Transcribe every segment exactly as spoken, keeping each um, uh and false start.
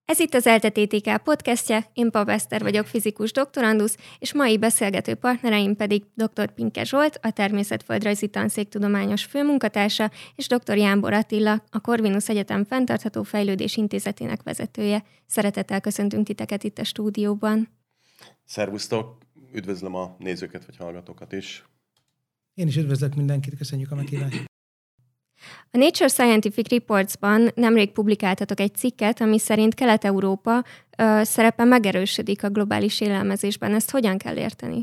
Ez itt az ELTE té té ká podcastje, én Pap Eszter vagyok, fizikus doktorandusz, és mai beszélgető partnereim pedig dr. Pinke Zsolt, a Természetföldrajzi Tanszék tudományos főmunkatársa, és dr. Jámbor Attila, a Corvinus Egyetem Fenntartható Fejlődés Intézetének vezetője. Szeretettel köszöntünk titeket itt a stúdióban. Szervusztok, üdvözlöm a nézőket vagy hallgatókat is. Én is üdvözlök mindenkit, köszönjük a meghívást. A Nature Scientific Reports-ban nemrég publikáltatok egy cikket, ami szerint Kelet-Európa ö, szerepe megerősödik a globális élelmezésben. Ezt hogyan kell érteni?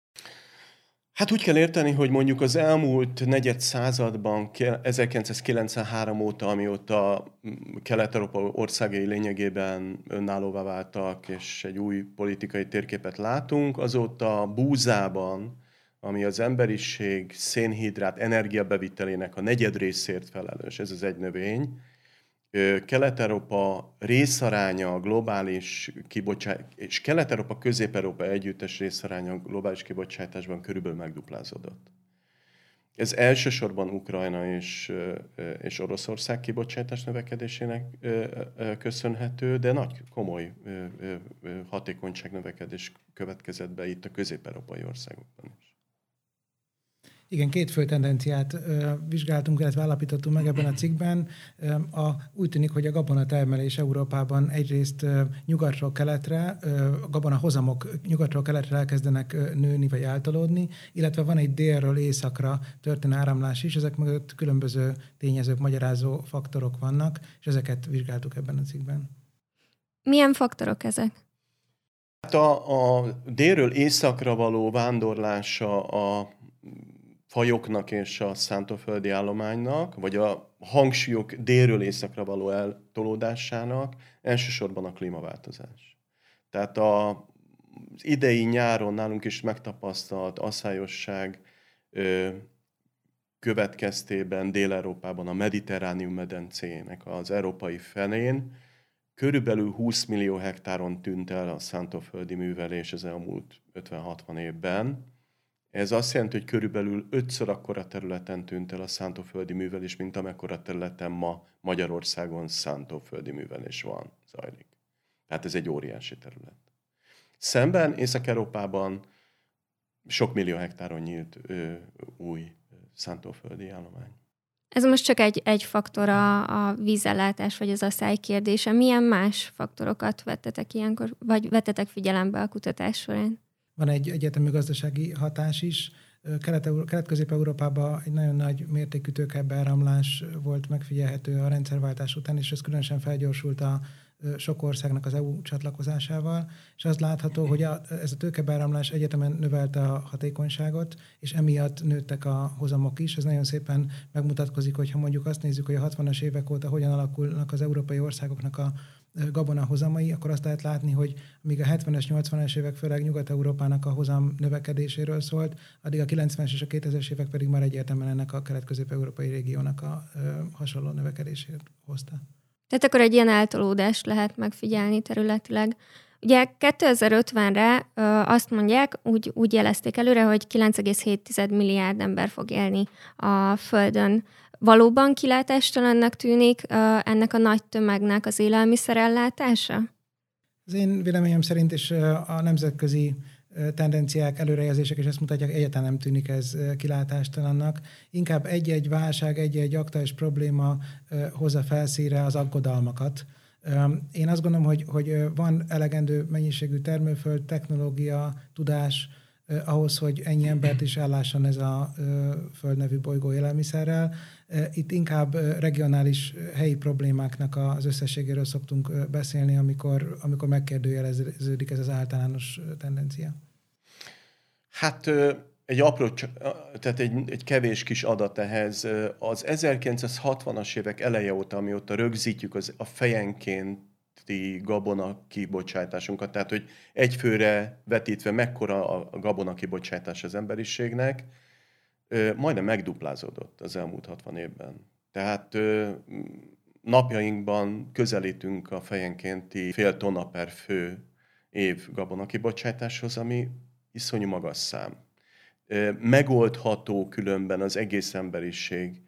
Hát úgy kell érteni, hogy mondjuk az elmúlt negyed században, ezerkilencszázkilencvenhárom óta, amióta Kelet-Európa országai lényegében önállóvá váltak, és egy új politikai térképet látunk, azóta búzában, ami az emberiség szénhidrát energiabevitelének a negyed részért felelős, ez az egy növény. Kelet-Európa részaránya a globális kibocsátás, és Kelet-Európa, Közép-Európa együttes részaránya a globális kibocsátásban körülbelül megduplázódott. Ez elsősorban Ukrajna és, és Oroszország kibocsátás növekedésének köszönhető, de nagy, komoly hatékonyság növekedés következett be itt a közép-európai országokban is. Igen, két fő tendenciát ö, vizsgáltunk, illetve állapítottunk meg ebben a cikkben. Ö, a, úgy tűnik, hogy a gabonatermelés Európában egyrészt ö, nyugatról keletre, ö, a gabonahozamok nyugatról keletre elkezdenek ö, nőni vagy eltolódni, illetve van egy délről északra történő áramlás is, ezek mögött különböző tényezők, magyarázó faktorok vannak, és ezeket vizsgáltuk ebben a cikkben. Milyen faktorok ezek? Hát a, a délről északra való vándorlása a fajoknak és a szántóföldi állománynak, vagy a hangsúlyok délről északra való eltolódásának elsősorban a klímaváltozás. Tehát a, az idei nyáron nálunk is megtapasztalt aszályosság ö, következtében Dél-Európában a Mediterránium medencéjének az európai felén körülbelül húsz millió hektáron tűnt el a szántóföldi művelés az elmúlt ötven-hatvan évben. Ez azt jelenti, hogy körülbelül ötször akkora területen tűnt el a szántóföldi művelés, mint amekkora területen ma Magyarországon szántóföldi művelés van, zajlik. Tehát ez egy óriási terület. Szemben Észak-Európában sok millió hektáron nyílt ö, új szántóföldi állomány. Ez most csak egy, egy faktor a, a vízellátás vagy az asszály kérdése. Milyen más faktorokat vettetek ilyenkor, vagy vettetek figyelembe a kutatás során? Van egy egyetemi gazdasági hatás is. Kelet-Közép-Európában egy nagyon nagy mértékű tőkebeáramlás volt megfigyelhető a rendszerváltás után, és ez különösen felgyorsult a sok országnak az é u csatlakozásával, és az látható, hogy a, ez a tőkebeáramlás egyetemen növelte a hatékonyságot, és emiatt nőttek a hozamok is. Ez nagyon szépen megmutatkozik, hogyha mondjuk azt nézzük, hogy a hatvanas évek óta hogyan alakulnak az európai országoknak a gabona hozamai, akkor azt lehet látni, hogy míg a hetvenes, nyolcvanas évek főleg Nyugat-Európának a hozam növekedéséről szólt, addig a kilencvenes és a kétezres évek pedig már egyértelműen ennek a kelet-közép-európai régiónak a ö, hasonló növekedését hozta. Tehát akkor egy ilyen eltolódást lehet megfigyelni területileg. Ugye kétezer-ötvenre ö, azt mondják, úgy, úgy jelezték előre, hogy kilenc egész hét milliárd ember fog élni a Földön. Valóban kilátástalannak tűnik ö, ennek a nagy tömegnek az élelmiszerellátása? Az én véleményem szerint is a nemzetközi tendenciák, előrejelzések, és ezt mutatják, egyáltalán nem tűnik ez kilátástalannak. Inkább egy-egy válság, egy-egy aktuális probléma hozza felszínre az aggodalmakat. Én azt gondolom, hogy, hogy van elegendő mennyiségű termőföld, technológia, tudás ahhoz, hogy ennyi embert is ellásson ez a Föld nevű bolygó élelmiszerrel. Itt inkább regionális helyi problémáknak az összességéről szoktunk beszélni, amikor, amikor megkérdőjeleződik ez az általános tendencia. Hát egy apró, tehát egy, egy kevés kis adat ehhez. Az ezerkilencszázhatvanas évek eleje óta, amióta rögzítjük az, a fejenkénti gabona kibocsátásunkat, tehát hogy egy főre vetítve mekkora a gabona kibocsátás az emberiségnek, majdnem megduplázódott az elmúlt hatvan évben. Tehát napjainkban közelítünk a fejenkénti fél tonna per fő év gabona kibocsátáshoz, ami iszonyú magas szám. Megoldható különben az egész emberiség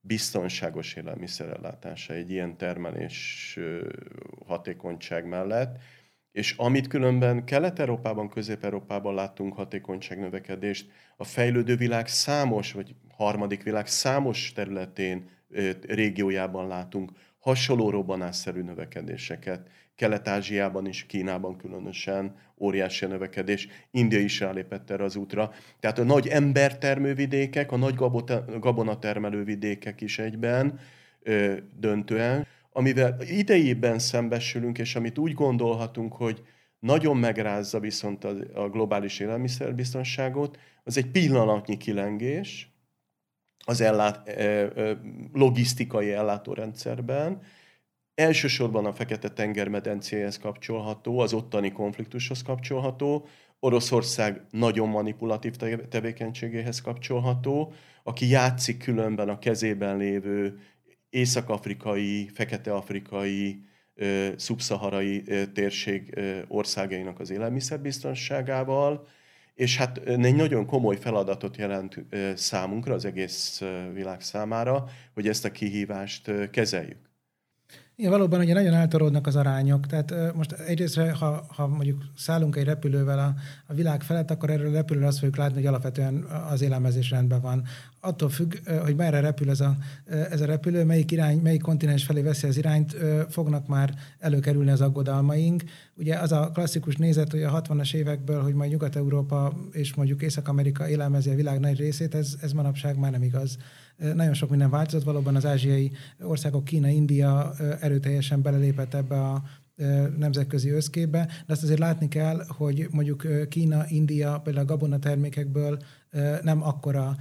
biztonságos élelmiszerellátása egy ilyen termelés hatékonyság mellett. És amit különben Kelet-Európában, Közép-Európában láttunk hatékonyságnövekedést, a fejlődő világ számos, vagy harmadik világ számos területén, régiójában látunk hasonló robbanásszerű növekedéseket. Kelet-Ázsiában is, Kínában különösen óriási a növekedés. India is rálépett erre az útra. Tehát a nagy embertermővidékek, a nagy gabonatermelő vidékek is egyben ö, döntően, amivel idejében szembesülünk, és amit úgy gondolhatunk, hogy nagyon megrázza viszont a, a globális élelmiszerbiztonságot, az egy pillanatnyi kilengés az ellát, ö, ö, logisztikai ellátórendszerben. Elsősorban a Fekete-tenger medencéhez kapcsolható, az ottani konfliktushoz kapcsolható, Oroszország nagyon manipulatív tevékenységéhez kapcsolható, aki játszik különben a kezében lévő észak-afrikai, fekete-afrikai, szubszaharai térség országainak az élelmiszerbiztonságával, és hát egy nagyon komoly feladatot jelent számunkra, az egész világ számára, hogy ezt a kihívást kezeljük. Igen, valóban ugye nagyon eltoródnak az arányok. Tehát most egyrészt, ha, ha mondjuk szállunk egy repülővel a, a világ felett, akkor erről a repülőről azt fogjuk látni, hogy alapvetően az élelmezés rendben van. Attól függ, hogy merre repül ez a, ez a repülő, melyik irány, melyik kontinens felé veszi az irányt, fognak már előkerülni az aggodalmaink. Ugye az a klasszikus nézet, hogy a hatvanas évekből, hogy majd Nyugat-Európa és mondjuk Észak-Amerika élelmezi a világ nagy részét, ez, ez manapság már nem igaz. Nagyon sok minden változott, valóban az ázsiai országok, Kína, India erőteljesen belelépett ebbe a nemzetközi összképbe, de azt azért látni kell, hogy mondjuk Kína, India például a gabonatermékekből nem akkora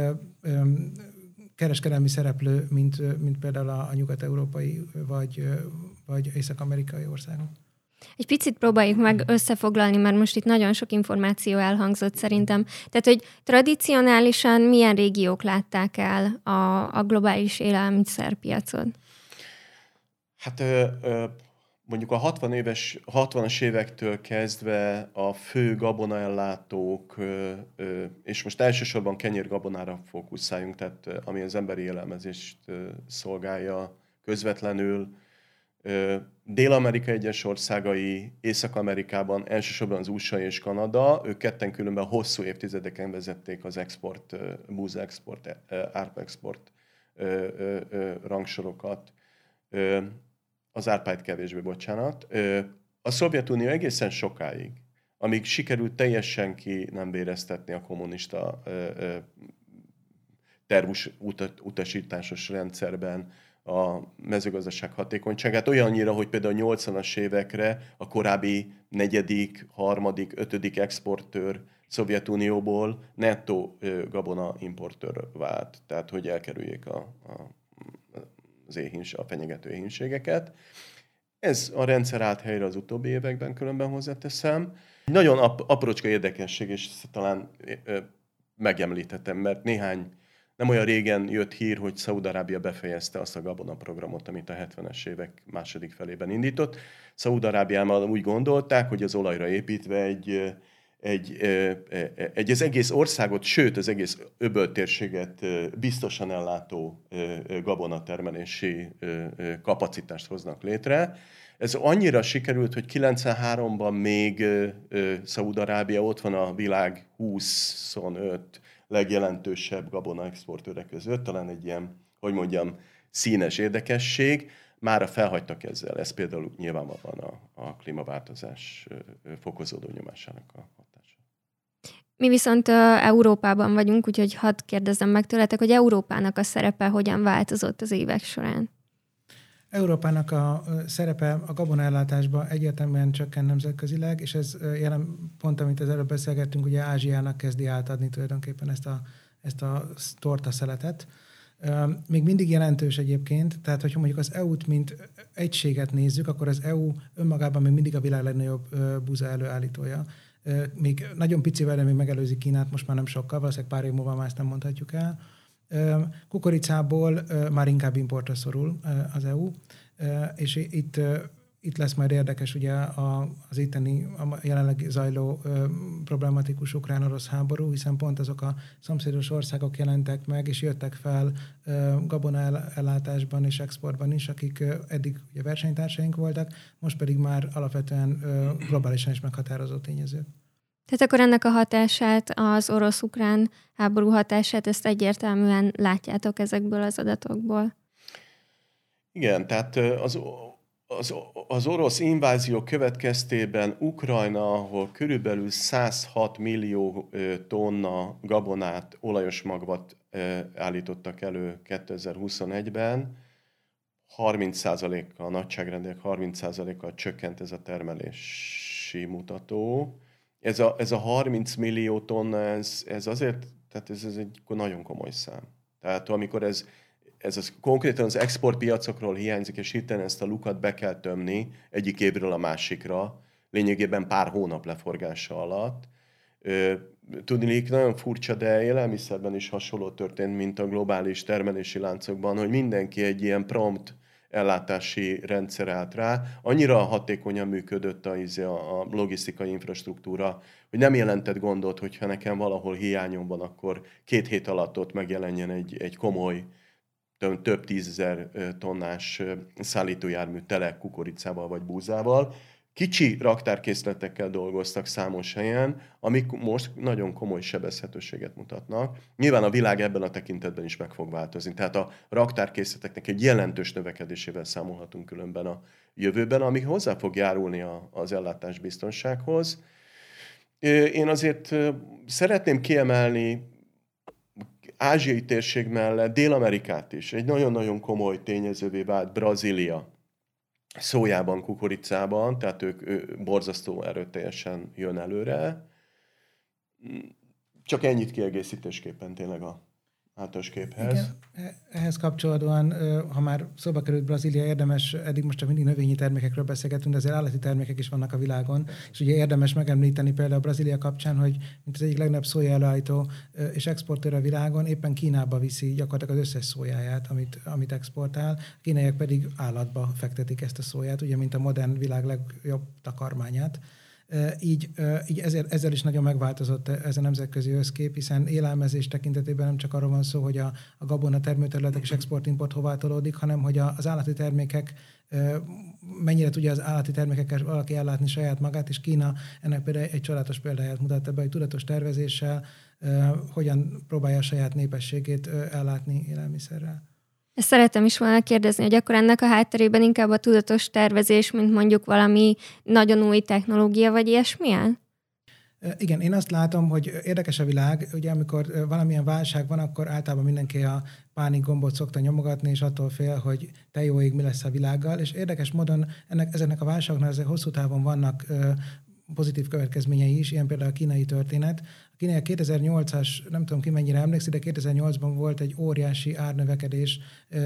kereskedelmi szereplő, mint, mint például a nyugat-európai vagy, vagy észak-amerikai országok. Egy picit próbáljuk meg összefoglalni, mert most itt nagyon sok információ elhangzott szerintem. Tehát, hogy tradicionálisan milyen régiók látták el a, a globális élelmiszerpiacot? Hát ö, ö, mondjuk a hatvan éves, hatvanas évektől kezdve a fő gabonaellátók, ö, ö, és most elsősorban kenyérgabonára fókuszáljunk, tehát ö, ami az emberi élelmezést ö, szolgálja közvetlenül, Dél-Amerika egyes országai, Észak-Amerikában, elsősorban az u es á és Kanada, ők ketten különben hosszú évtizedeken vezették az export, búza export, árpa export rangsorokat. Az árpát kevésbé, bocsánat. A Szovjetunió egészen sokáig, amíg sikerült teljesen ki nem véreztetni a kommunista tervus utasításos rendszerben a mezőgazdaság hatékonyságát, olyannyira, hogy például a nyolcvanas évekre a korábbi negyedik, harmadik, ötödik exportőr Szovjetunióból nettó gabona importőr vált, tehát hogy elkerüljék a, a, az éhíns, a fenyegető éhínségeket. Ez a rendszer állt helyre az utóbbi években, különben hozzáteszem. Nagyon ap, aprócska érdekesség, és talán ö, megemlítettem, mert néhány nem olyan régen jött hír, hogy Szaúd-Arábia befejezte azt a gabonaprogramot, amit a hetvenes évek második felében indított. Szaúd-Arábiában úgy gondolták, hogy az olajra építve egy, egy, egy az egész országot, sőt az egész öböltérséget biztosan ellátó gabonatermelési kapacitást hoznak létre. Ez annyira sikerült, hogy kilencvenháromban még Szaúd-Arábia ott van a világ huszonöt legjelentősebb gabona exportőrek között, talán egy ilyen, hogy mondjam, színes érdekesség. Mára felhagytak ezzel, ez például nyilvánvalóan a, a klímaváltozás fokozódó nyomásának a hatása. Mi viszont uh, Európában vagyunk, úgyhogy hadd kérdezzem meg tőletek, hogy Európának a szerepe hogyan változott az évek során? Európának a szerepe a gabonaellátásban egyértelműen csökken nemzetközileg, és ez jelen pont, amit az előbb beszélgettünk, ugye Ázsiának kezdi átadni tulajdonképpen ezt a, ezt a tortaszeletet. Még mindig jelentős egyébként, tehát hogyha mondjuk az é u-t mint egységet nézzük, akkor az é u önmagában még mindig a világ legnagyobb búza előállítója. Még nagyon picivel, de még megelőzi Kínát, most már nem sokkal, valószínűleg pár év múlva már ezt nem mondhatjuk el. Kukoricából már inkább importra szorul az é u, és itt, itt lesz majd érdekes ugye a, az itteni, a jelenleg zajló ö, problematikus ukrán-orosz háború, hiszen pont azok a szomszédos országok jelentek meg, és jöttek fel ö, gabona ellátásban és exportban is, akik ö, eddig ugye versenytársaink voltak, most pedig már alapvetően ö, globálisan is meghatározó tényezők. Tehát akkor ennek a hatását, az orosz-ukrán háború hatását, ezt egyértelműen látjátok ezekből az adatokból? Igen, tehát az, az, az orosz invázió következtében Ukrajna, ahol körülbelül száz hat millió tonna gabonát, olajos magvat állítottak elő kétezer-huszonegyben, harminc százalékkal, nagyságrendileg harminc százalékkal csökkent ez a termelési mutató. Ez a, ez a harminc millió tonna, ez, ez azért, tehát ez, ez egy nagyon komoly szám. Tehát amikor ez, ez az, konkrétan az exportpiacokról hiányzik, és hirtelen ezt a lukat be kell tömni egyik évről a másikra, lényegében pár hónap leforgása alatt. Tudniillik, nagyon furcsa, de élelmiszerben is hasonló történt, mint a globális termelési láncokban, hogy mindenki egy ilyen prompt ellátási rendszer állt rá. Annyira hatékonyan működött a, a logisztikai infrastruktúra, hogy nem jelentett gondot, hogyha nekem valahol hiányom van, akkor két hét alatt ott megjelenjen egy, egy komoly, több, több tízezer tonnás szállítójármű tele kukoricával vagy búzával. Kicsi raktárkészletekkel dolgoztak számos helyen, amik most nagyon komoly sebezhetőséget mutatnak. Nyilván a világ ebben a tekintetben is meg fog változni. Tehát a raktárkészleteknek egy jelentős növekedésével számolhatunk különben a jövőben, ami hozzá fog járulni az ellátásbiztonsághoz. Én azért szeretném kiemelni ázsiai térség mellett Dél-Amerikát is. Egy nagyon-nagyon komoly tényezővé vált Brazília. Szójában, kukoricában, tehát ők ő, borzasztó erőteljesen jön előre. Csak ennyit kiegészítésképpen tényleg a általános képhez. Igen. Ehhez kapcsolódóan, ha már szóba került Brazília, érdemes, eddig most csak mindig növényi termékekről beszélgetünk, de azért állati termékek is vannak a világon, és ugye érdemes megemlíteni például a Brazília kapcsán, hogy mint az egyik legnagyobb szója előállító és exportőr a világon, éppen Kínába viszi gyakorlatilag az összes szójáját, amit, amit exportál, a kínaiak pedig állatba fektetik ezt a szóját, ugye mint a modern világ legjobb takarmányát. Így, így ezért, ezzel is nagyon megváltozott ez a nemzetközi összkép, hiszen élelmezés tekintetében nem csak arról van szó, hogy a, a gabona termőterületek és export-import hová tolódik, hanem hogy az állati termékek, mennyire tudja az állati termékekkel valaki ellátni saját magát, és Kína ennek például egy csodálatos példáját mutatta be, hogy tudatos tervezéssel hogyan próbálja a saját népességét ellátni élelmiszerrel. Ezt szeretem is volna kérdezni, hogy akkor ennek a hátterében inkább a tudatos tervezés, mint mondjuk valami nagyon új technológia, vagy ilyesmilyen? Igen, én azt látom, hogy érdekes a világ, ugye amikor valamilyen válság van, akkor általában mindenki a pánik gombot szokta nyomogatni, és attól fél, hogy te jó ég, mi lesz a világgal, és érdekes módon ennek, ezeknek a válságoknak ezek hosszú távon vannak pozitív következményei is, ilyen például a kínai történet. A kínai kétezer-nyolcas, nem tudom ki mennyire emlékszik, de kétezer-nyolcban volt egy óriási árnövekedés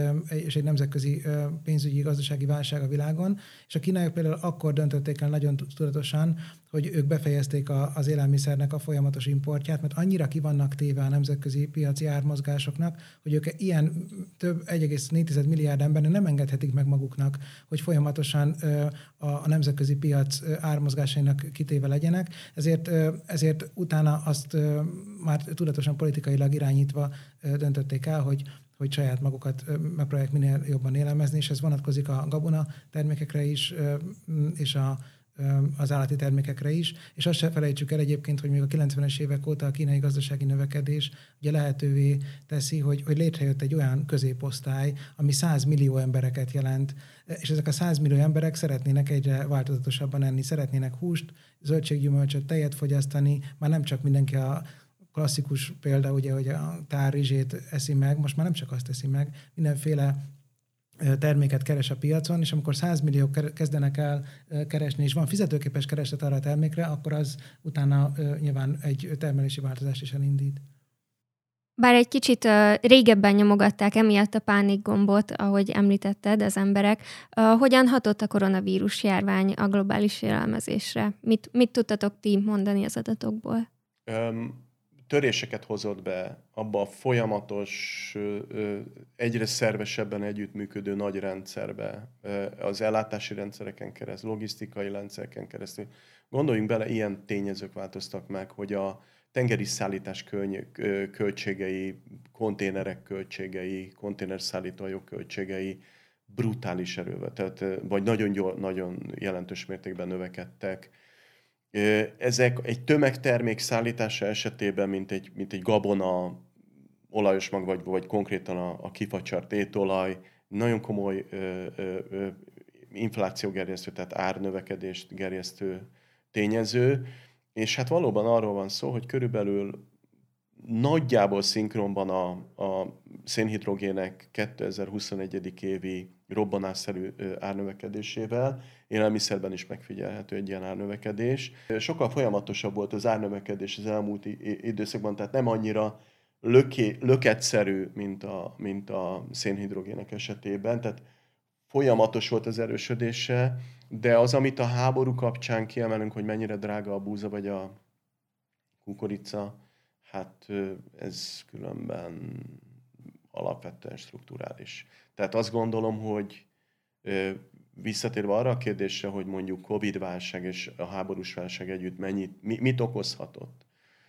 és egy nemzetközi pénzügyi gazdasági válság a világon, és a kínaiak például akkor döntötték el nagyon tudatosan, hogy ők befejezték a, az élelmiszernek a folyamatos importját, mert annyira ki vannak téve a nemzetközi piaci ármozgásoknak, hogy ők ilyen több egy egész négy milliárd embernek nem engedhetik meg maguknak, hogy folyamatosan a, a nemzetközi piac ármozgásainak kitéve legyenek, ezért, ezért utána azt már tudatosan politikailag irányítva döntötték el, hogy hogy saját magukat megpróbálják minél jobban élelmezni, és ez vonatkozik a gabona termékekre is, és a, az állati termékekre is. És azt se felejtsük el egyébként, hogy még a kilencvenes évek óta a kínai gazdasági növekedés ugye lehetővé teszi, hogy, hogy létrejött egy olyan középosztály, ami száz millió embereket jelent, és ezek a száz millió emberek szeretnének egyre változatosabban enni, szeretnének húst, zöldséggyümölcsöt, tejet fogyasztani, már nem csak mindenki a klasszikus példa, ugye, hogy a tárrizsét eszi meg, most már nem csak azt eszi meg, mindenféle terméket keres a piacon, és amikor száz millió kezdenek el keresni, és van fizetőképes kereslet arra a termékre, akkor az utána nyilván egy termelési változást is elindít. Bár egy kicsit uh, régebben nyomogatták emiatt a pánikgombot, ahogy említetted, az emberek, uh, hogyan hatott a koronavírus járvány a globális élelmezésre? Mit, mit tudtatok ti mondani az adatokból? Um, töréseket hozott be abba a folyamatos, egyre szervesebben együttműködő nagy rendszerbe, az ellátási rendszereken keresztül, logisztikai rendszereken keresztül. Gondoljunk bele, ilyen tényezők változtak meg, hogy a tengeri szállítás költségei, konténerek költségei, konténerszállítóhajók költségei brutális erővel, tehát, vagy nagyon, gyors, nagyon jelentős mértékben növekedtek. Ezek egy tömegtermék szállítása esetében, mint egy, mint egy gabona, olajos mag, vagy, vagy konkrétan a, a kifacsart étolaj, nagyon komoly ö, ö, ö, inflációgerjesztő, tehát árnövekedést gerjesztő tényező, és hát valóban arról van szó, hogy körülbelül nagyjából szinkronban a, a szénhidrogének kétezer-huszonegyedik évi robbanásszerű árnövekedésével élelmiszerben is megfigyelhető egy ilyen árnövekedés. Sokkal folyamatosabb volt az árnövekedés az elmúlt időszakban, tehát nem annyira löké, löketszerű, mint a, mint a szénhidrogének esetében, tehát folyamatos volt az erősödése, de az, amit a háború kapcsán kiemelünk, hogy mennyire drága a búza vagy a kukorica, hát ez különben alapvetően strukturális. Tehát azt gondolom, hogy visszatérve arra a kérdésre, hogy mondjuk Covid-válság és a háborús válság együtt mennyit, mit okozhatott.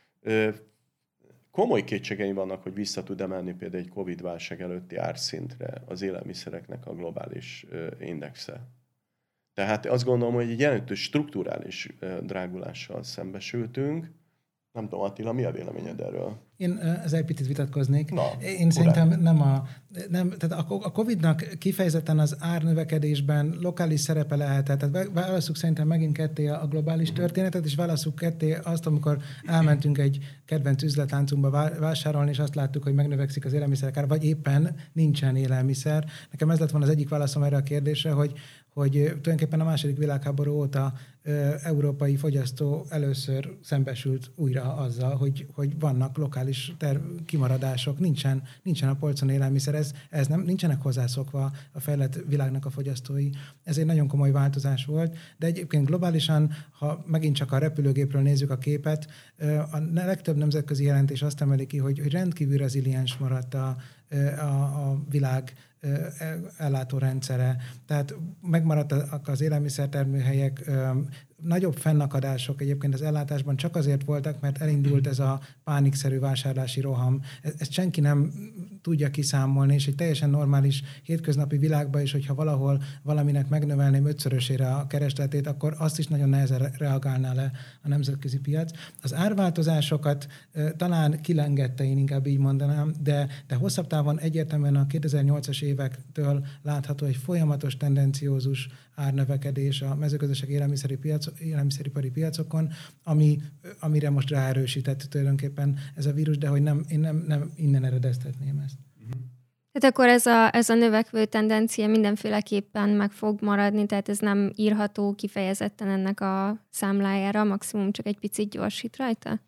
Komoly kétségeim vannak, hogy vissza tud emelni például egy Covid-válság előtti árszintre az élelmiszereknek a globális indexe. Tehát azt gondolom, hogy egy jelentős strukturális drágulással szembesültünk. Nem tudom, Attila, mi a véleményed erről? Én ezzel egy picit vitatkoznék. Na, Én szerintem nem a... Nem, tehát a Covid-nak kifejezetten az árnövekedésben lokális szerepe lehetett. Tehát válasszuk szerintem megint ketté a globális történetet, és válasszuk ketté azt, amikor elmentünk egy kedvenc üzletláncunkba vásárolni, és azt láttuk, hogy megnövekszik az élelmiszerek ára, vagy éppen nincsen élelmiszer. Nekem ez lett volna az egyik válaszom erre a kérdésre, hogy hogy tulajdonképpen a második világháború óta ö, európai fogyasztó először szembesült újra azzal, hogy, hogy vannak lokális ter- kimaradások, nincsen, nincsen a polcon élelmiszer, ez, ez nem, nincsenek hozzászokva a fejlett világnak a fogyasztói. Ez egy nagyon komoly változás volt, de egyébként globálisan, ha megint csak a repülőgépről nézzük a képet, ö, a legtöbb nemzetközi jelentés azt emeli ki, hogy, hogy rendkívül reziliens maradt a, a, a világ ellátórendszere. Tehát megmaradtak az élelmiszertermőhelyek, nagyobb fennakadások egyébként az ellátásban csak azért voltak, mert elindult ez a pánikszerű vásárlási roham. Ezt senki nem tudja kiszámolni, és egy teljesen normális hétköznapi világban is, hogyha valahol valaminek megnövelném ötszörösére a keresletét, akkor azt is nagyon nehezen reagálná le a nemzetközi piac. Az árváltozásokat talán kilengette, én inkább így mondanám, de, de hosszabb távon egyértelműen a kétezer-nyolcas évektől látható egy folyamatos tendenciózus árnövekedés a mezőgazdasági élelmiszeri piac, élelmiszeripari piacokon, ami, amire most ráerősített tulajdonképpen ez a vírus, de hogy nem, én nem, nem innen eredeztetném ezt. Tehát akkor ez a, ez a növekvő tendencia mindenféleképpen meg fog maradni, tehát ez nem írható kifejezetten ennek a számlájára, maximum csak egy picit gyorsít rajta?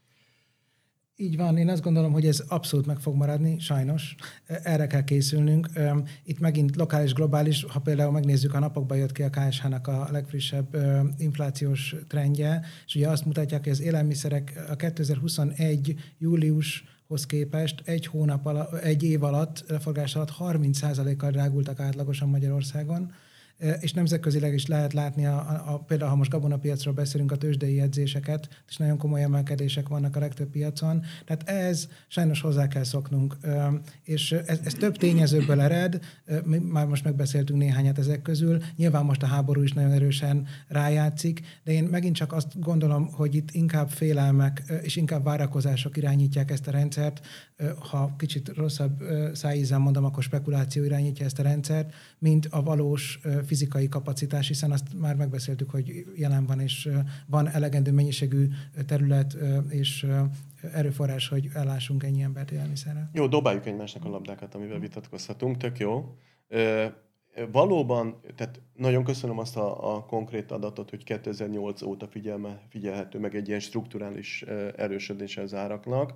Így van, én azt gondolom, hogy ez abszolút meg fog maradni, sajnos. Erre kell készülnünk. Itt megint lokális, globális, ha például megnézzük, a napokban jött ki a ká es há-nak a legfrissebb inflációs trendje, és ugye azt mutatják, hogy az élelmiszerek a kétezer-huszonegy júliushoz képest egy hónap alatt, egy év alatt, leforgás alatt harminc százalékkal drágultak átlagosan Magyarországon, és nemzetközileg is lehet látni, a, a, a, például ha most gabonapiacról beszélünk, a tőzsdei jegyzéseket, és nagyon komoly emelkedések vannak a legtöbb piacon. Tehát ez sajnos hozzá kell szoknunk. És ez, ez több tényezőből ered, mi már most megbeszéltünk néhányat ezek közül. Nyilván most a háború is nagyon erősen rájátszik, de én megint csak azt gondolom, hogy itt inkább félelmek és inkább várakozások irányítják ezt a rendszert. Ha kicsit rosszabb szájízzel mondom, akkor spekuláció irányítja ezt a rendszert, mint a valós fizikai kapacitás, hiszen azt már megbeszéltük, hogy jelen van, és van elegendő mennyiségű terület és erőforrás, hogy ellássunk ennyi embert élelmiszerrel. Jó, dobáljuk egymásnak a labdákat, amivel vitatkozhatunk, tök jó. Valóban, tehát nagyon köszönöm azt a, a konkrét adatot, hogy kétezer-nyolc óta figyelme, figyelhető meg egy ilyen strukturális erősödése az áraknak.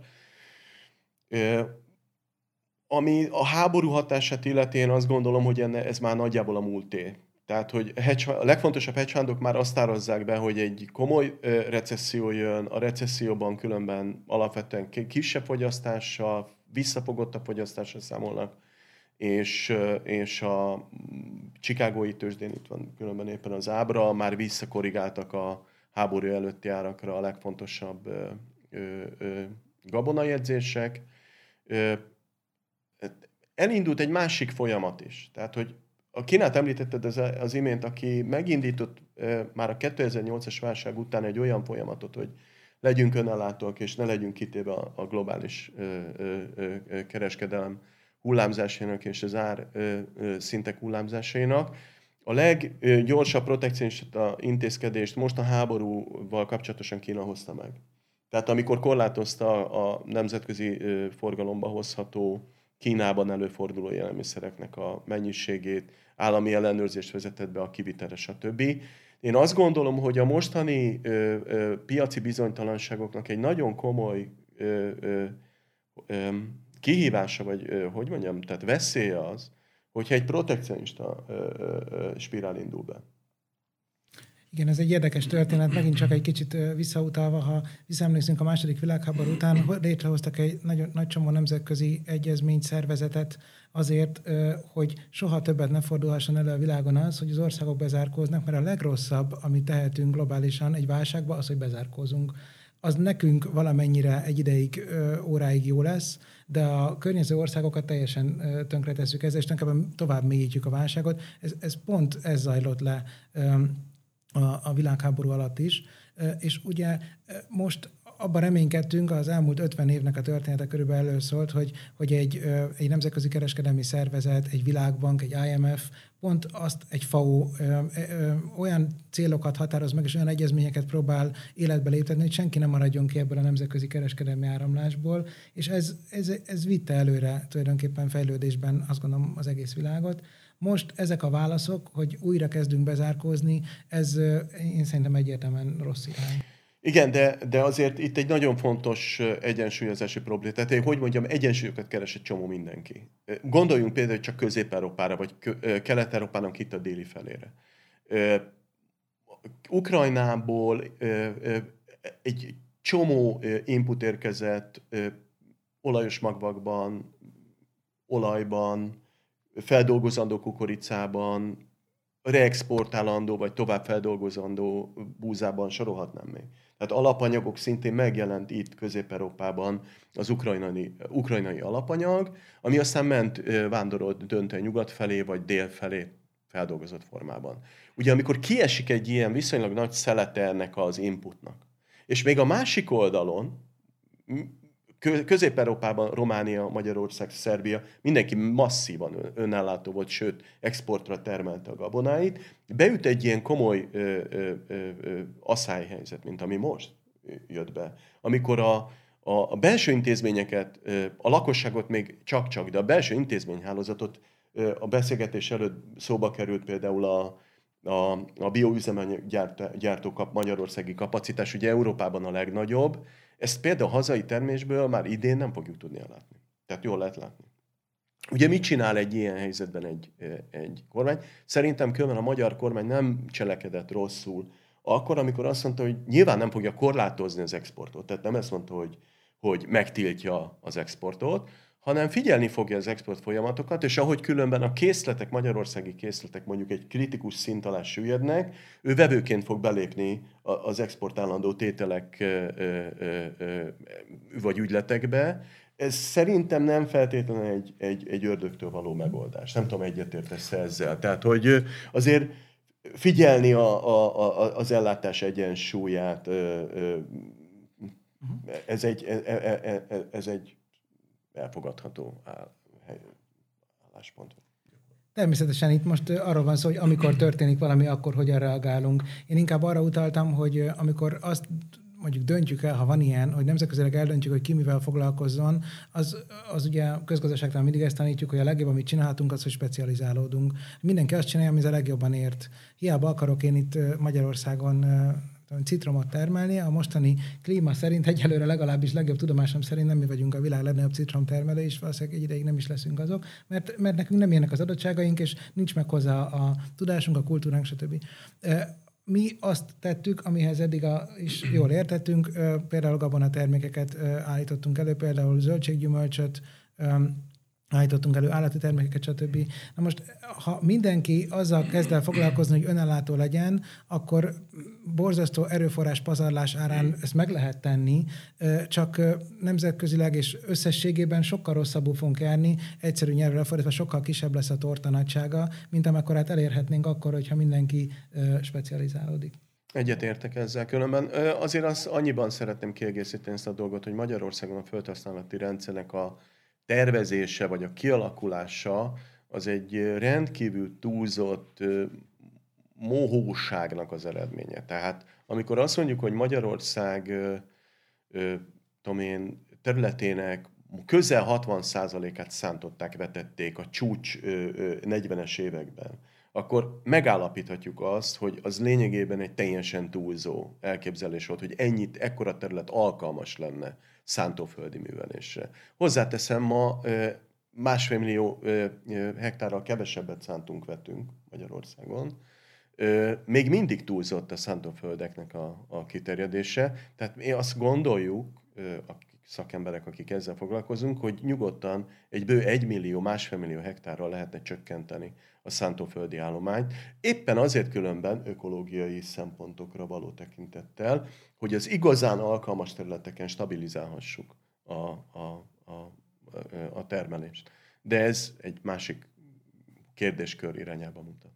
Ami a háború hatását illeti, én azt gondolom, hogy enne, ez már nagyjából a múlté. Tehát, hogy a legfontosabb hedge-fundok már azt árazzák be, hogy egy komoly recesszió jön, a recesszióban különben alapvetően kisebb fogyasztással, visszafogottabb fogyasztással számolnak, és, és a chicagói tőzsdén itt van különben éppen az ábra, már visszakorrigáltak a háború előtti árakra a legfontosabb ö, ö, ö, gabonajegyzések. Ö, elindult egy másik folyamat is. Tehát, hogy a Kínát említetted az, az imént, aki megindított ö, már a kétezer-nyolcas válság után egy olyan folyamatot, hogy legyünk önellátóak, és ne legyünk kitéve a, a globális ö, ö, ö, kereskedelem hullámzásainak és az ár ö, ö, szintek hullámzásainak. A leggyorsabb protekcionista intézkedést most a háborúval kapcsolatosan Kína hozta meg. Tehát amikor korlátozta a nemzetközi ö, forgalomba hozható Kínában előforduló élelmiszereknek a mennyiségét, állami ellenőrzést vezetett be a kivitelre, stb. Én azt gondolom, hogy a mostani ö, ö, piaci bizonytalanságoknak egy nagyon komoly ö, ö, ö, kihívása, vagy ö, hogy mondjam, tehát veszélye az, hogyha egy protekcionista ö, ö, ö, spirál indul be. Igen, ez egy érdekes történet, megint csak egy kicsit visszautalva, ha visszaemlékszünk a második világháború után, létrehoztak egy nagyon nagy csomó nemzetközi egyezményt, szervezetet azért, hogy soha többet ne fordulhasson elő a világon az, hogy az országok bezárkóznak, mert a legrosszabb, amit tehetünk globálisan egy válságban, az, hogy bezárkózunk. Az nekünk valamennyire egy ideig, óráig jó lesz, de a környező országokat teljesen tönkretesszük ezzel, és tulajdonképpen tovább mélyítjük a válságot. Ez, ez pont ez zajlott le a világháború alatt is, és ugye most abban reménykedtünk, az elmúlt ötven évnek a története körülbelül először szólt, hogy, hogy egy, egy nemzetközi kereskedelmi szervezet, egy világbank, egy I M F pont azt egy F A O ö, ö, olyan célokat határoz meg, és olyan egyezményeket próbál életbe léptetni, hogy senki nem maradjon ki ebből a nemzetközi kereskedelmi áramlásból, és ez, ez, ez vitte előre tulajdonképpen fejlődésben, azt gondolom, az egész világot. Most ezek a válaszok, hogy újra kezdünk bezárkózni, ez én szerintem egyértelműen rossz irány. Igen, de, de azért itt egy nagyon fontos egyensúlyozási probléma. Tehát, hogy mondjam, egyensúlyokat keres egy csomó mindenki. Gondoljunk például csak Közép-Európára, vagy Kelet-Európának itt a déli felére. Ukrajnából egy csomó input érkezett olajos magvakban, olajban, feldolgozandó kukoricában, reexportálandó vagy tovább feldolgozandó búzában, sorolhatnám még. Tehát alapanyagok szintén megjelent itt Közép-Európában az ukrajnai, ukrajnai alapanyag, ami aztán ment, vándorolt döntően nyugat felé vagy dél felé feldolgozott formában. Ugye amikor kiesik egy ilyen viszonylag nagy szelete ennek az inputnak, és még a másik oldalon, Közép-Európában Románia, Magyarország, Szerbia, mindenki masszívan önellátó volt, sőt, exportra termelte a gabonáit. Beüt egy ilyen komoly ö, ö, ö, asszályhelyzet, mint ami most jött be. Amikor a, a, a belső intézményeket, a lakosságot még csak-csak, de a belső intézményhálózatot a beszélgetés előtt szóba került például a, a, a bioüzemanyaggyártó kap, magyarországi kapacitás, ugye Európában a legnagyobb. Ezt például a hazai termésből már idén nem fogjuk tudni ellátni. Tehát jól lehet látni. Ugye mit csinál egy ilyen helyzetben egy, egy kormány? Szerintem különben a magyar kormány nem cselekedett rosszul akkor, amikor azt mondta, hogy nyilván nem fogja korlátozni az exportot. Tehát nem ezt mondta, hogy, hogy megtiltja az exportot, hanem figyelni fogja az export folyamatokat, és ahogy különben a készletek, magyarországi készletek mondjuk egy kritikus szint alá süllyednek, ő vevőként fog belépni az exportálandó tételek vagy ügyletekbe. Ez szerintem nem feltétlenül egy, egy, egy ördögtől való megoldás. Nem tudom, egyetértesz ezzel. Tehát, hogy azért figyelni a, a, a, az ellátás egyensúlyát, ez egy, ez egy elfogadható álláspont. Természetesen itt most arról van szó, hogy amikor történik valami, akkor hogyan reagálunk. Én inkább arra utaltam, hogy amikor azt mondjuk döntjük el, ha van ilyen, hogy nemzetközileg eldöntjük, hogy ki mivel foglalkozzon, az, az ugye közgazdaságtan mindig ezt tanítjuk, hogy a legjobb, amit csinálhatunk, az, hogy specializálódunk. Mindenki azt csinálja, ami a legjobban ért. Hiába akarok én itt Magyarországon citromot termelni. A mostani klíma szerint egyelőre legalábbis legjobb tudomásom szerint nem mi vagyunk a világ legnagyobb citromtermelő, és valószínűleg egy ideig nem is leszünk azok, mert, mert nekünk nem ilyenek az adottságaink, és nincs meg hozzá a, a tudásunk, a kultúránk, stb. Mi azt tettük, amihez eddig a, is jól értettünk, például gabonatermékeket állítottunk elő, például zöldséggyümölcsöt, állítottunk elő állati termékeket, stb. Na most, ha mindenki azzal kezd el foglalkozni, hogy önellátó legyen, akkor borzasztó erőforrás pazarlás árán ezt meg lehet tenni, csak nemzetközileg és összességében sokkal rosszabbul fogunk járni, egyszerű nyelvre fordítva sokkal kisebb lesz a torta nagysága, mint amekkorát elérhetnénk akkor, hogyha mindenki specializálódik. Egyetértek ezzel. Különben azért az annyiban szeretném kiegészíteni ezt a dolgot, hogy Magyarországon a földhasználati rendszernek a tervezése vagy a kialakulása az egy rendkívül túlzott mohóságnak az eredménye. Tehát amikor azt mondjuk, hogy Magyarország tudom én, területének közel hatvan százalékát szántották, vetették a csúcs negyvenes években, akkor megállapíthatjuk azt, hogy az lényegében egy teljesen túlzó elképzelés volt, hogy ennyit, ekkora terület alkalmas lenne szántóföldi művelésre. Hozzáteszem, ma másfél millió hektárral kevesebbet szántunk, vetünk Magyarországon. Még mindig túlzott a szántóföldeknek a, a kiterjedése. Tehát mi azt gondoljuk, akik szakemberek, akik ezzel foglalkozunk, hogy nyugodtan egy bő egy millió, másfél millió hektárral lehetne csökkenteni a szántóföldi állományt. Éppen azért különben ökológiai szempontokra való tekintettel, hogy az igazán alkalmas területeken stabilizálhassuk a, a, a, a termelést. De ez egy másik kérdéskör irányába mutat.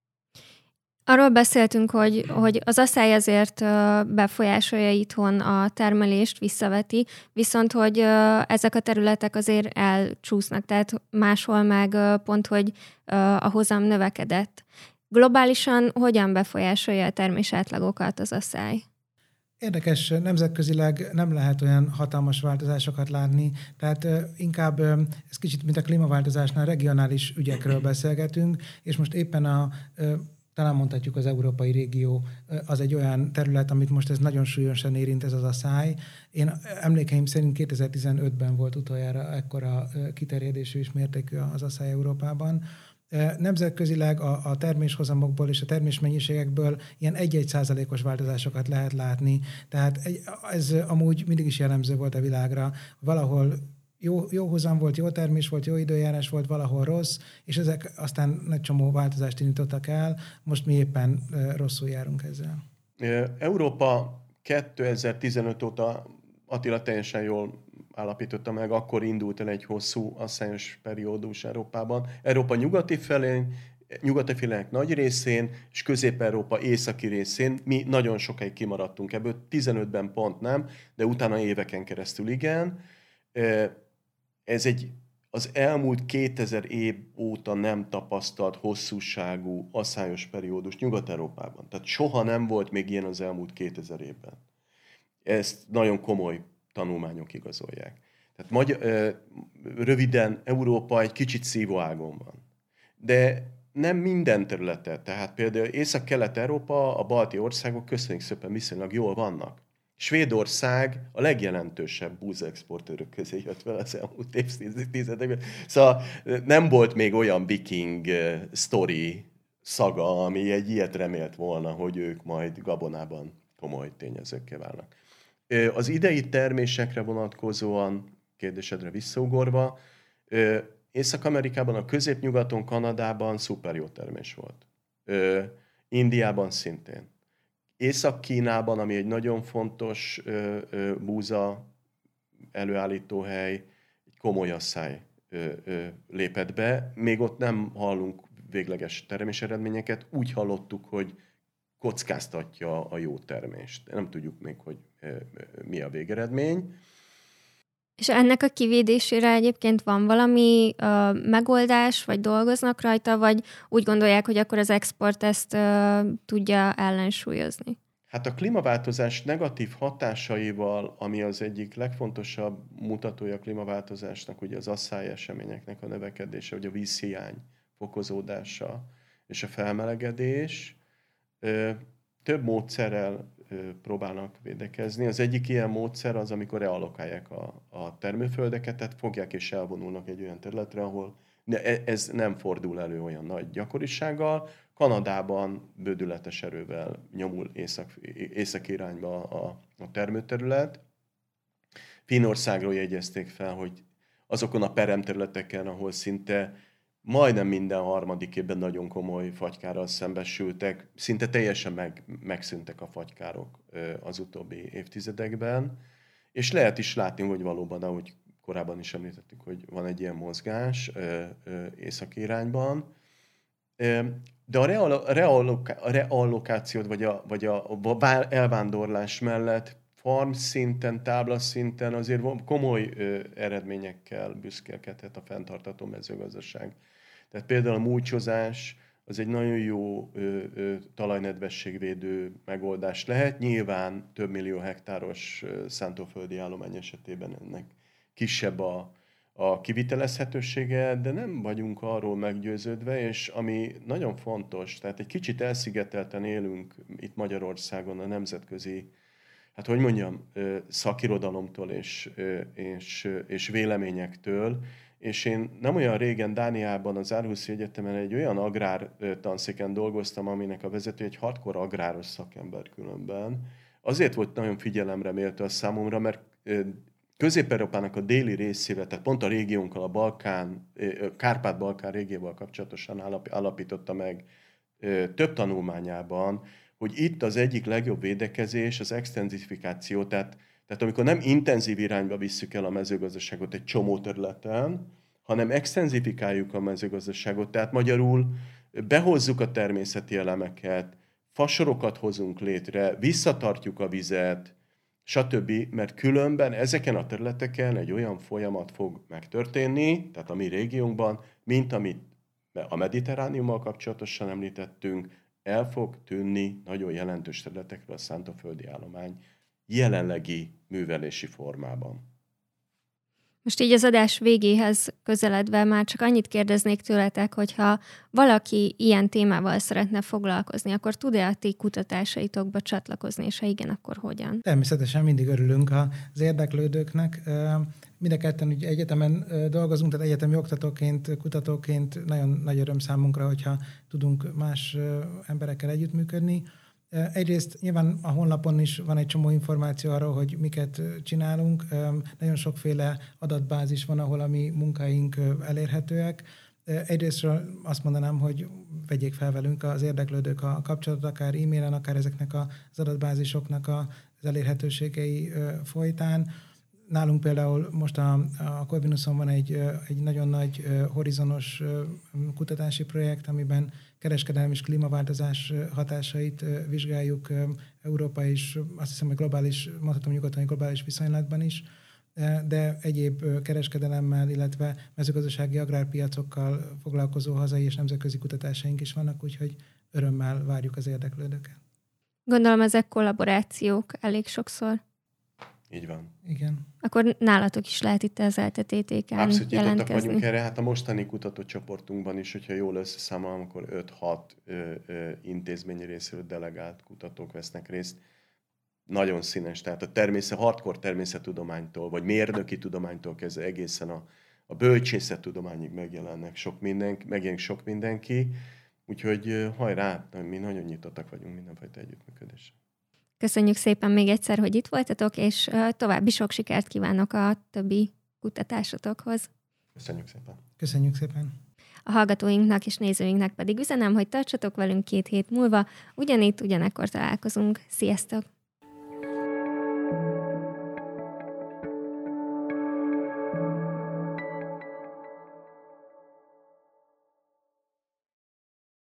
Arról beszéltünk, hogy, hogy az asszály azért befolyásolja itthon a termelést, visszaveti, viszont hogy ezek a területek azért elcsúsznak, tehát máshol meg pont, hogy a hozam növekedett. Globálisan hogyan befolyásolja a termésátlagokat az asszály? Érdekes, nemzetközileg nem lehet olyan hatalmas változásokat látni, tehát inkább ez kicsit, mint a klímaváltozásnál regionális ügyekről beszélgetünk, és most éppen a talán mondhatjuk az európai régió az egy olyan terület, amit most ez nagyon súlyosan érint, ez az asszály. Én emlékeim szerint kétezer-tizenötben volt utoljára ekkora kiterjedésű és mértékű az asszály Európában. Nemzetközileg a, a terméshozamokból és a termésmennyiségekből ilyen egy-egy százalékos változásokat lehet látni. Tehát ez amúgy mindig is jellemző volt a világra. Valahol Jó, jó hozam volt, jó termés volt, jó időjárás volt, valahol rossz, és ezek aztán nagy csomó változást indítottak el. Most mi éppen rosszul járunk ezzel. Európa kétezer-tizenöt óta, Attila teljesen jól állapította meg, akkor indult el egy hosszú asszályos periódus Európában. Európa nyugati felén, nyugati felének nagy részén, és Közép-Európa északi részén mi nagyon sokáig kimaradtunk ebből. tizenötben pont nem, de utána éveken keresztül igen. Ez egy az elmúlt kétezer év óta nem tapasztalt hosszúságú asszályos periódus Nyugat-Európában. Tehát soha nem volt még ilyen az elmúlt kétezer évben. Ezt nagyon komoly tanulmányok igazolják. Tehát magyar, röviden Európa egy kicsit szívóágon van. De nem minden területe. Tehát például Észak-Kelet-Európa, a balti országok köszönjük szépen viszonylag jól vannak. Svédország a legjelentősebb búzaexportőrök közé jött vele az elmúlt évtizedekben. Szóval nem volt még olyan viking sztori szaga, ami egy ilyet remélt volna, hogy ők majd gabonában komoly tényezőkkel válnak. Az idei termésekre vonatkozóan, kérdésedre visszaugorva, Észak-Amerikában, a középnyugaton, Kanadában szuper jó termés volt. Indiában szintén. Észak-Kínában, ami egy nagyon fontos ö, ö, búza előállító hely, egy komoly asszály ö, ö, lépett be. Még ott nem hallunk végleges terméseredményeket. Úgy hallottuk, hogy kockáztatja a jó termést. Nem tudjuk még, hogy ö, ö, mi a végeredmény. És ennek a kivédésére egyébként van valami ö, megoldás, vagy dolgoznak rajta, vagy úgy gondolják, hogy akkor az export ezt ö, tudja ellensúlyozni? Hát a klímaváltozás negatív hatásaival, ami az egyik legfontosabb mutatója a klímaváltozásnak, ugye az asszály eseményeknek a növekedése, vagy a vízhiány fokozódása és a felmelegedés, ö, több módszerrel próbálnak védekezni. Az egyik ilyen módszer az, amikor realokálják a, a termőföldeket, tehát fogják és elvonulnak egy olyan területre, ahol ez nem fordul elő olyan nagy gyakorisággal. Kanadában bődületes erővel nyomul észak, észak irányba a, a termőterület. Finnországról jegyezték fel, hogy azokon a peremterületeken, ahol szinte majdnem minden harmadik évben nagyon komoly fagykárral szembesültek, szinte teljesen meg, megszűntek a fagykárok az utóbbi évtizedekben, és lehet is látni, hogy valóban, ahogy korábban is említettük, hogy van egy ilyen mozgás északi irányban, de a, realloká- a reallokációt, vagy a, vagy a elvándorlás mellett farm szinten, tábla szinten azért komoly ö, eredményekkel büszkélkedhet a fenntartható mezőgazdaság. Tehát például a múlcsozás az egy nagyon jó ö, ö, talajnedvességvédő megoldás lehet. Nyilván több millió hektáros ö, szántóföldi állomány esetében ennek kisebb a, a kivitelezhetősége, de nem vagyunk arról meggyőződve, és ami nagyon fontos, tehát egy kicsit elszigetelten élünk itt Magyarországon a nemzetközi, hát hogy mondjam, szakirodalomtól és, és, és véleményektől, és én nem olyan régen Dániában az Aarhusi Egyetemen egy olyan agrár tanszéken dolgoztam, aminek a vezető egy hardcore agráros szakember különben. Azért volt nagyon figyelemre méltó a számomra, mert Közép-Európának a déli részével, tehát pont a régiónkkal, a Balkán, Kárpát-Balkán régióval kapcsolatosan állapította meg több tanulmányában, hogy itt az egyik legjobb védekezés az extenzifikáció, tehát, tehát amikor nem intenzív irányba visszük el a mezőgazdaságot egy csomó területen, hanem extenzifikáljuk a mezőgazdaságot, tehát magyarul behozzuk a természeti elemeket, fasorokat hozunk létre, visszatartjuk a vizet, stb., mert különben ezeken a területeken egy olyan folyamat fog megtörténni, tehát a mi régiónkban, mint amit a mediterrániummal kapcsolatosan említettünk, el fog tűnni nagyon jelentős területekről a szántóföldi állomány jelenlegi művelési formában. Most így az adás végéhez közeledve már csak annyit kérdeznék tőletek, hogyha valaki ilyen témával szeretne foglalkozni, akkor tud-e a ti kutatásaitokba csatlakozni, és ha igen, akkor hogyan? Természetesen mindig örülünk az érdeklődőknek. Mind a ketten ugye egyetemen dolgozunk, tehát egyetemi oktatóként, kutatóként nagyon nagy öröm számunkra, hogyha tudunk más emberekkel együttműködni. Egyrészt nyilván a honlapon is van egy csomó információ arról, hogy miket csinálunk. Nagyon sokféle adatbázis van, ahol a mi munkáink elérhetőek. Egyrésztről azt mondanám, hogy vegyék fel velünk az érdeklődők a kapcsolatot, akár e-mailen, akár ezeknek az adatbázisoknak az elérhetőségei folytán. Nálunk például most a, a Corvinuson van egy, egy nagyon nagy horizonos kutatási projekt, amiben kereskedelmi és klímaváltozás hatásait vizsgáljuk Európa és azt hiszem, hogy globális, mondhatom nyugodtan, hogy globális viszonylatban is, de egyéb kereskedelemmel, illetve mezőgazdasági agrárpiacokkal foglalkozó hazai és nemzetközi kutatásaink is vannak, úgyhogy örömmel várjuk az érdeklődőket. Gondolom ezek kollaborációk elég sokszor. Így van. Igen. Akkor nálatok is lehet itt az eltetétéken Abszolút jelentkezni. nyitottak vagyunk erre. Hát a mostani kutatócsoportunkban is, hogyha jól összeszámolom, akkor öt-hat ö, ö, intézményi részéről delegált kutatók vesznek részt. Nagyon színes. Tehát a természet, hardcore természettudománytól, vagy mérnöki tudománytól kezdve egészen a, a bölcsészettudományig megjelennek sok mindenki, megjelenik sok mindenki. Úgyhogy hajrá, mi nagyon nyitottak vagyunk mindenfajta együttműködésre. Köszönjük szépen még egyszer, hogy itt voltatok, és további sok sikert kívánok a többi kutatásotokhoz. Köszönjük szépen. Köszönjük szépen. A hallgatóinknak és nézőinknek pedig üzenem, hogy tartsatok velünk két hét múlva, ugyanitt, ugyanekkor találkozunk. Sziasztok!